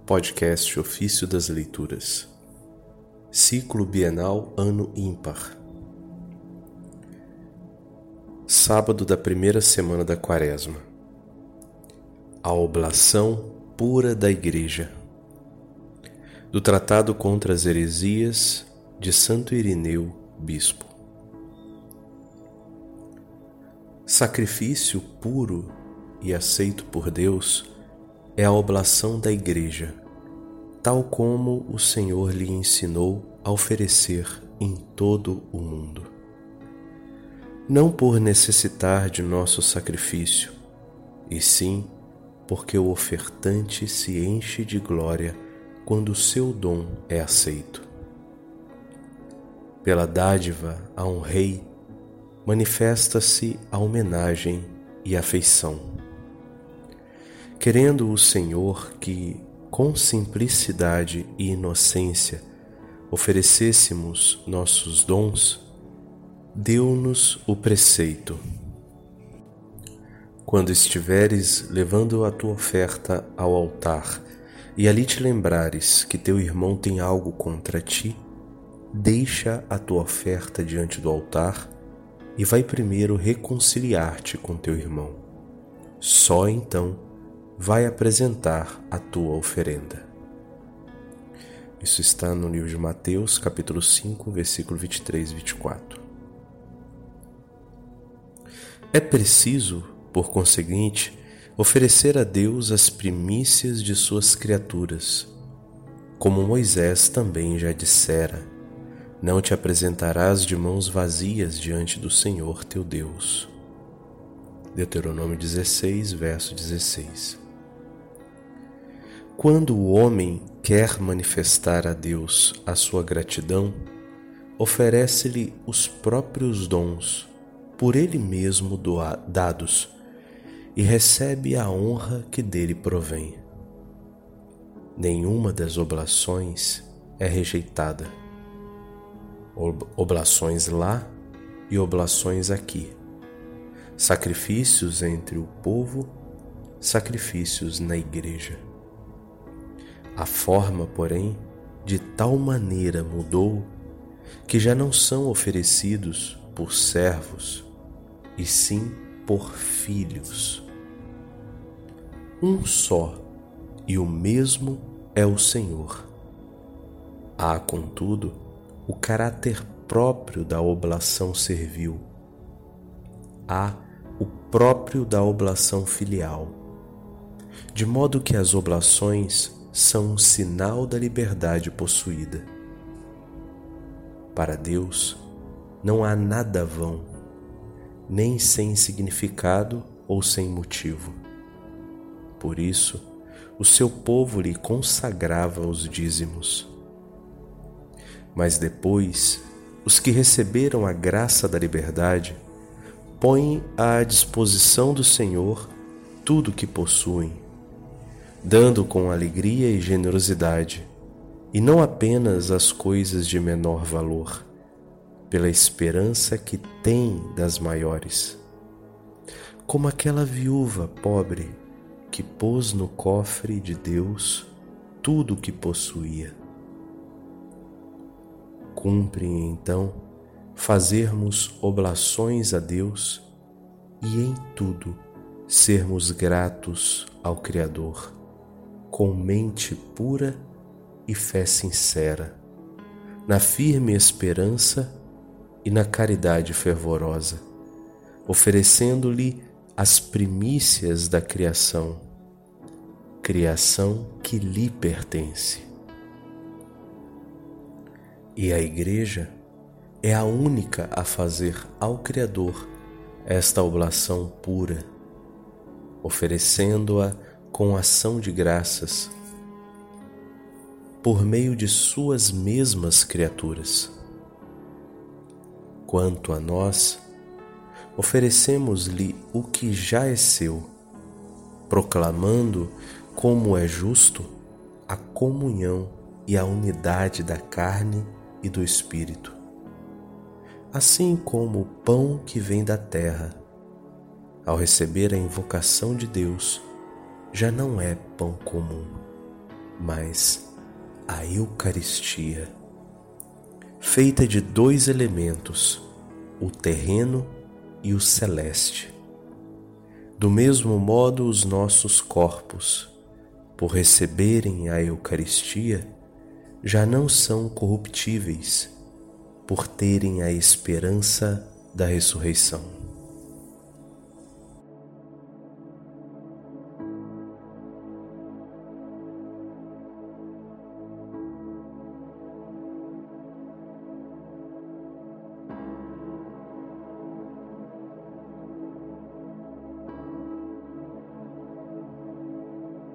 Podcast Ofício das Leituras. Ciclo Bienal Ano Ímpar. Sábado da primeira semana da Quaresma. A oblação pura da Igreja. Do Tratado contra as Heresias de Santo Irineu, Bispo. Sacrifício puro e aceito por Deus é a oblação da Igreja, tal como o Senhor lhe ensinou a oferecer em todo o mundo. Não por necessitar de nosso sacrifício, e sim porque o ofertante se enche de glória quando o seu dom é aceito. Pela dádiva a um rei, manifesta-se a homenagem e afeição. Querendo o Senhor que, com simplicidade e inocência, oferecêssemos nossos dons, deu-nos o preceito. Quando estiveres levando a tua oferta ao altar e ali te lembrares que teu irmão tem algo contra ti, deixa a tua oferta diante do altar e vai primeiro reconciliar-te com teu irmão. Só então vai apresentar a tua oferenda. Isso está no livro de Mateus, capítulo 5, versículo 23 e 24. É preciso, por conseguinte, oferecer a Deus as primícias de suas criaturas, como Moisés também já dissera: não te apresentarás de mãos vazias diante do Senhor teu Deus. Deuteronômio 16, verso 16. Quando o homem quer manifestar a Deus a sua gratidão, oferece-lhe os próprios dons, por ele mesmo dados, e recebe a honra que dele provém. Nenhuma das oblações é rejeitada. Oblações lá e oblações aqui. Sacrifícios entre o povo, sacrifícios na Igreja. A forma, porém, de tal maneira mudou que já não são oferecidos por servos, e sim por filhos. Um só e o mesmo é o Senhor. Há, contudo, o caráter próprio da oblação servil. Há o próprio da oblação filial, de modo que as oblações são um sinal da liberdade possuída. Para Deus não há nada vão, nem sem significado ou sem motivo. Por isso, o seu povo lhe consagrava os dízimos. Mas depois, os que receberam a graça da liberdade põem à disposição do Senhor tudo o que possuem, dando com alegria e generosidade, e não apenas as coisas de menor valor, pela esperança que têm das maiores, como aquela viúva pobre que pôs no cofre de Deus tudo o que possuía. Cumpre, então, fazermos oblações a Deus e em tudo sermos gratos ao Criador, com mente pura e fé sincera, na firme esperança e na caridade fervorosa, oferecendo-lhe as primícias da criação que lhe pertence. E a Igreja é a única a fazer ao Criador esta oblação pura, oferecendo-a com ação de graças, por meio de suas mesmas criaturas. Quanto a nós, oferecemos-lhe o que já é seu, proclamando como é justo a comunhão e a unidade da carne e do Espírito, assim como o pão que vem da terra, ao receber a invocação de Deus, já não é pão comum, mas a Eucaristia, feita de dois elementos, o terreno e o celeste. Do mesmo modo, os nossos corpos, por receberem a Eucaristia, já não são corruptíveis, por terem a esperança da ressurreição.